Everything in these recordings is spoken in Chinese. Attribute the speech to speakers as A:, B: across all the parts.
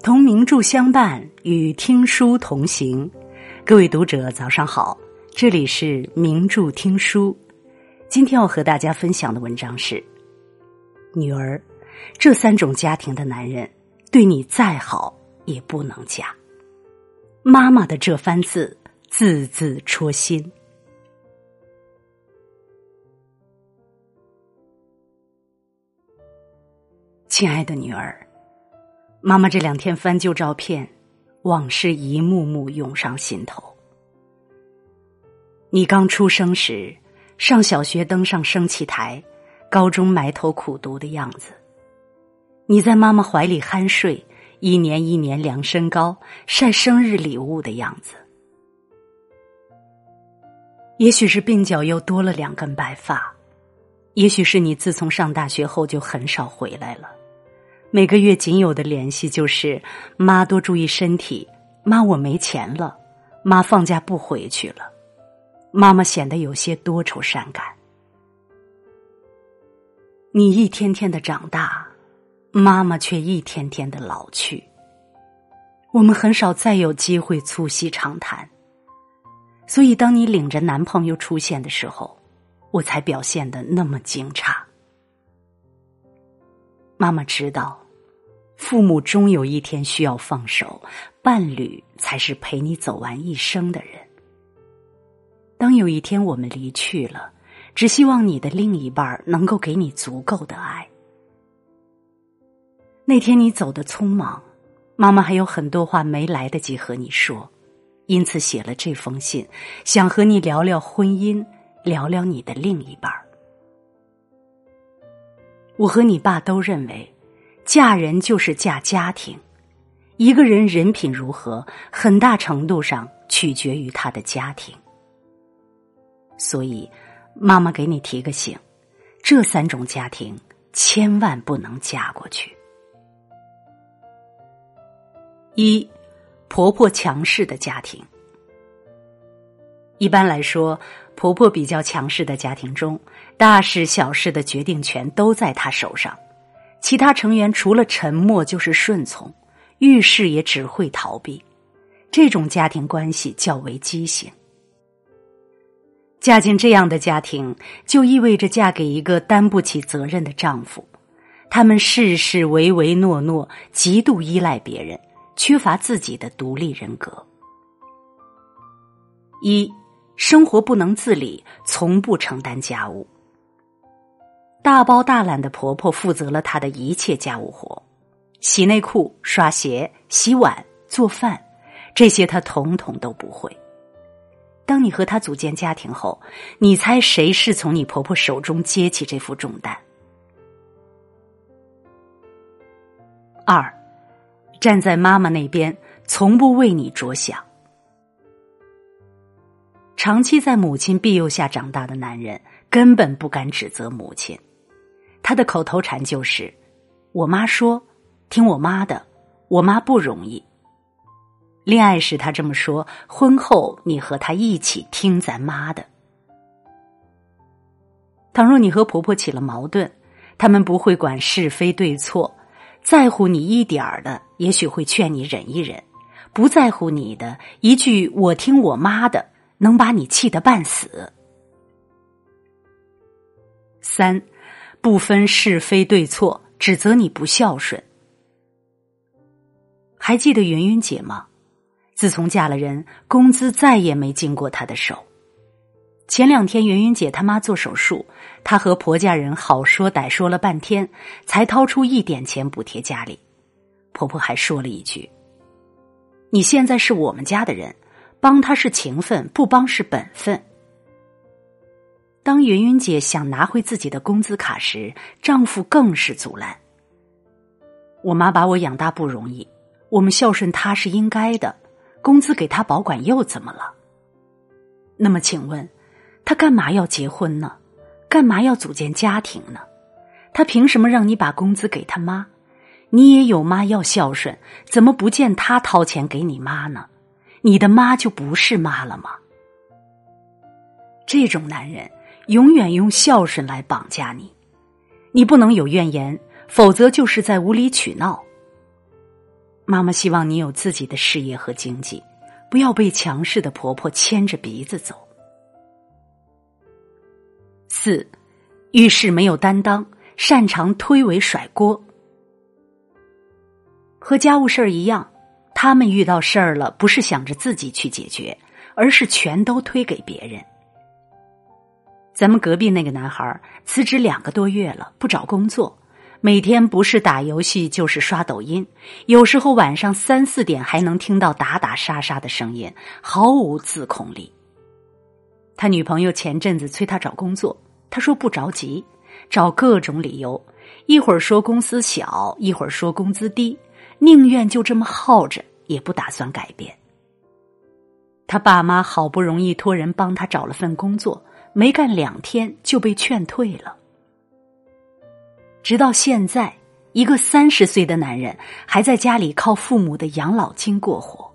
A: 同名著相伴，与听书同行。各位读者早上好，这里是名著听书。今天要和大家分享的文章是：女儿，这3种家庭的男人对你再好也不能嫁。妈妈的这番字，字字戳心。亲爱的女儿，妈妈这2天翻旧照片，往事一幕幕涌上心头。你刚出生时，上小学登上升旗台，高中埋头苦读的样子；你在妈妈怀里酣睡，一年一年量身高，晒生日礼物的样子。也许是鬓角又多了2根白发，也许是你自从上大学后就很少回来了。每个月仅有的联系就是妈多注意身体，妈我没钱了，妈放假不回去了。妈妈显得有些多愁善感。你一天天的长大，妈妈却一天天的老去。我们很少再有机会促膝长谈，所以当你领着男朋友出现的时候，我才表现得那么惊诧。妈妈知道，父母终有一天需要放手，伴侣才是陪你走完一生的人。当有一天我们离去了，只希望你的另一半能够给你足够的爱。那天你走得匆忙，妈妈还有很多话没来得及和你说，因此写了这封信，想和你聊聊婚姻，聊聊你的另一半。我和你爸都认为，嫁人就是嫁家庭，一个人人品如何，很大程度上取决于他的家庭。所以妈妈给你提个醒，这3种家庭千万不能嫁过去。1. 婆婆强势的家庭。一般来说，婆婆比较强势的家庭中，大事小事的决定权都在她手上，其他成员除了沉默就是顺从，遇事也只会逃避。这种家庭关系较为畸形。嫁进这样的家庭，就意味着嫁给一个担不起责任的丈夫。他们事事唯唯诺诺，极度依赖别人，缺乏自己的独立人格。1. 生活不能自理，从不承担家务。大包大揽的婆婆负责了她的一切家务活，洗内裤、刷鞋、洗碗、做饭，这些她统统都不会。当你和她组建家庭后，你猜谁是从你婆婆手中接起这副重担？2. 站在妈妈那边，从不为你着想。长期在母亲庇佑下长大的男人，根本不敢指责母亲。他的口头禅就是：我妈说，听我妈的，我妈不容易。恋爱时他这么说，婚后你和他一起听咱妈的。倘若你和婆婆起了矛盾，他们不会管是非对错，在乎你一点儿的，也许会劝你忍一忍；不在乎你的，一句我听我妈的，能把你气得半死。3. 不分是非对错，指责你不孝顺。还记得云云姐吗？自从嫁了人，工资再也没经过她的手。前2天云云姐她妈做手术，她和婆家人好说歹说了半天，才掏出1点钱补贴家里。婆婆还说了一句：你现在是我们家的人，帮她是情分，不帮是本分。当云云姐想拿回自己的工资卡时，丈夫更是阻拦。我妈把我养大不容易，我们孝顺她是应该的，工资给她保管又怎么了？那么请问，她干嘛要结婚呢？干嘛要组建家庭呢？她凭什么让你把工资给她妈？你也有妈要孝顺，怎么不见她掏钱给你妈呢？你的妈就不是妈了吗？这种男人永远用孝顺来绑架你，你不能有怨言，否则就是在无理取闹。 妈妈希望你有自己的事业和经济，不要被强势的婆婆牵着鼻子走。4. 遇事没有担当，擅长推诿甩锅。和家务事儿一样，他们遇到事儿了，不是想着自己去解决，而是全都推给别人。咱们隔壁那个男孩辞职2个多月了，不找工作，每天不是打游戏就是刷抖音，有时候晚上3、4点还能听到打打杀杀的声音，毫无自控力。他女朋友前阵子催他找工作，他说不着急，找各种理由，一会儿说公司小，一会儿说工资低，宁愿就这么耗着，也不打算改变。他爸妈好不容易托人帮他找了份工作，没干2天就被劝退了。直到现在，一个30岁的男人还在家里靠父母的养老金过活。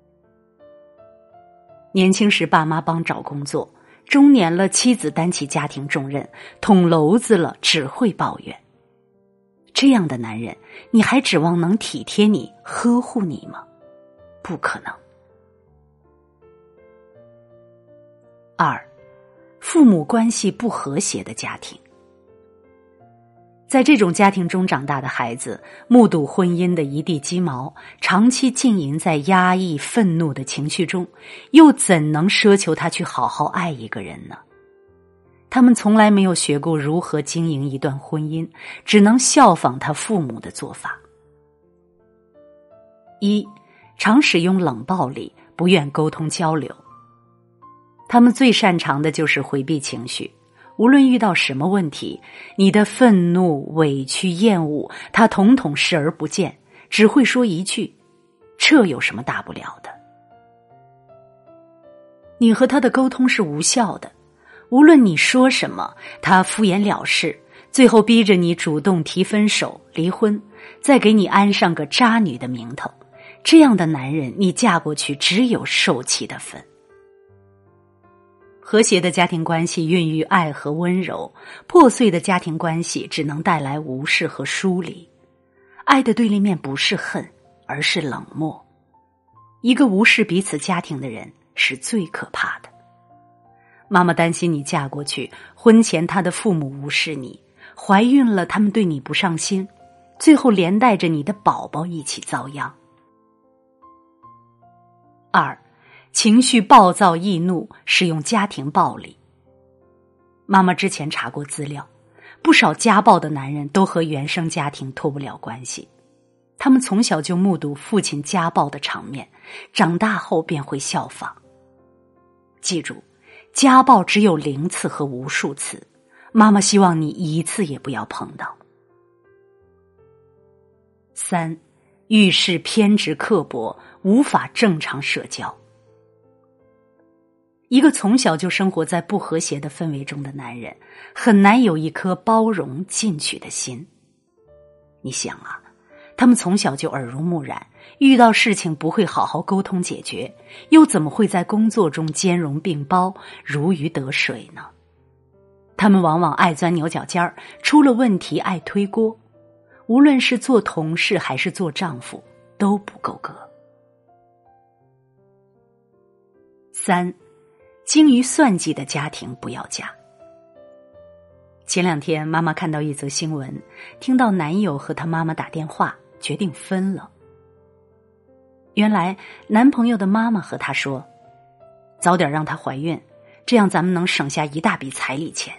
A: 年轻时爸妈帮找工作，中年了妻子担起家庭重任，捅娄子了只会抱怨。这样的男人，你还指望能体贴你、呵护你吗？不可能。2. 父母关系不和谐的家庭。在这种家庭中长大的孩子，目睹婚姻的一地鸡毛，长期浸淫在压抑、愤怒的情绪中，又怎能奢求他去好好爱一个人呢？他们从来没有学过如何经营一段婚姻，只能效仿他父母的做法。1. 常使用冷暴力，不愿沟通交流。他们最擅长的就是回避情绪，无论遇到什么问题，你的愤怒、委屈、厌恶，他统统视而不见，只会说一句：这有什么大不了的？你和他的沟通是无效的，无论你说什么，他敷衍了事，最后逼着你主动提分手、离婚，再给你安上个渣女的名头。这样的男人，你嫁过去只有受气的份。和谐的家庭关系孕育爱和温柔，破碎的家庭关系只能带来无视和疏离。爱的对立面不是恨，而是冷漠。一个无视彼此家庭的人是最可怕的。妈妈担心你嫁过去，婚前她的父母无视你，怀孕了他们对你不上心，最后连带着你的宝宝一起遭殃。2. 情绪暴躁易怒，使用家庭暴力。妈妈之前查过资料，不少家暴的男人都和原生家庭脱不了关系，他们从小就目睹父亲家暴的场面，长大后便会效仿。记住，家暴只有0次和无数次，妈妈希望你1次也不要碰到。3. 遇事偏执刻薄，无法正常社交。一个从小就生活在不和谐的氛围中的男人，很难有一颗包容进取的心。你想啊，他们从小就耳濡目染，遇到事情不会好好沟通解决，又怎么会在工作中兼容并包，如鱼得水呢？他们往往爱钻牛角尖儿，出了问题爱推锅，无论是做同事还是做丈夫，都不够格。3. 精于算计的家庭不要嫁。前2天妈妈看到一则新闻，听到男友和他妈妈打电话，决定分了。原来男朋友的妈妈和他说，早点让她怀孕，这样咱们能省下一大笔彩礼钱。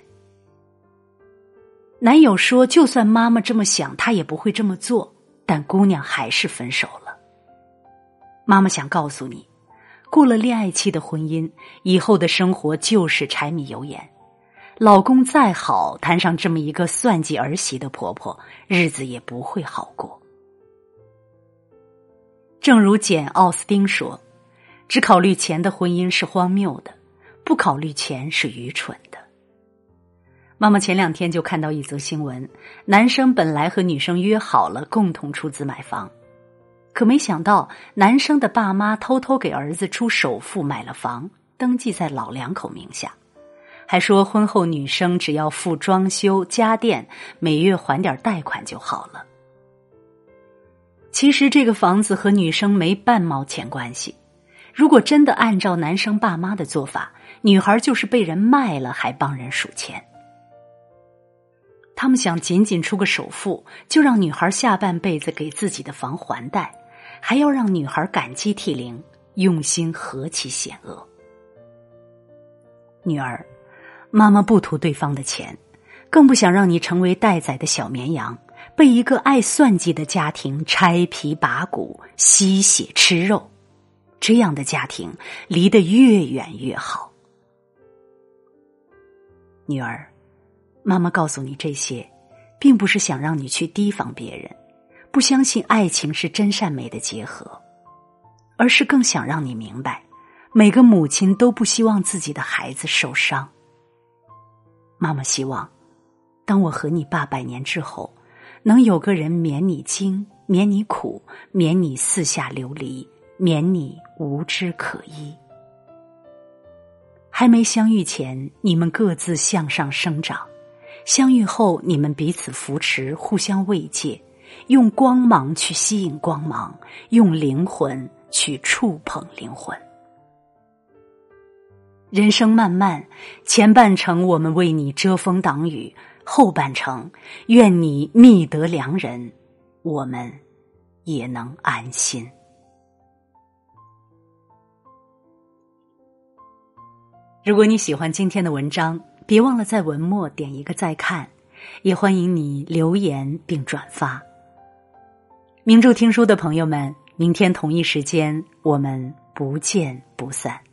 A: 男友说，就算妈妈这么想，他也不会这么做，但姑娘还是分手了。妈妈想告诉你，过了恋爱期的婚姻，以后的生活就是柴米油盐。老公再好，摊上这么一个算计儿媳的婆婆，日子也不会好过。正如简·奥斯汀说，只考虑钱的婚姻是荒谬的，不考虑钱是愚蠢的。妈妈前2天就看到一则新闻，男生本来和女生约好了共同出资买房，可没想到男生的爸妈偷偷给儿子出首付买了房，登记在老两口名下，还说婚后女生只要付装修家电，每月还点贷款就好了。 其实这个房子和女生没半毛钱关系。如果真的按照男生爸妈的做法，女孩就是被人卖了还帮人数钱。他们想仅仅出个首付，就让女孩下半辈子给自己的房还贷，还要让女孩感激涕零，用心何其险恶。女儿，妈妈不图对方的钱，更不想让你成为待宰的小绵羊，被一个爱算计的家庭拆皮拔骨，吸血吃肉。这样的家庭离得越远越好。女儿，妈妈告诉你这些，并不是想让你去提防别人，不相信爱情是真善美的结合，而是更想让你明白，每个母亲都不希望自己的孩子受伤。妈妈希望，当我和你爸100年之后，能有个人免你惊，免你苦，免你四下流离，免你无枝可依。还没相遇前，你们各自向上生长；相遇后，你们彼此扶持，互相慰藉，用光芒去吸引光芒，用灵魂去触碰灵魂。人生漫漫，前半程我们为你遮风挡雨，后半程愿你觅得良人，我们也能安心。如果你喜欢今天的文章，别忘了在文末点一个再看，也欢迎你留言并转发。名著听书的朋友们，明天同一时间我们不见不散。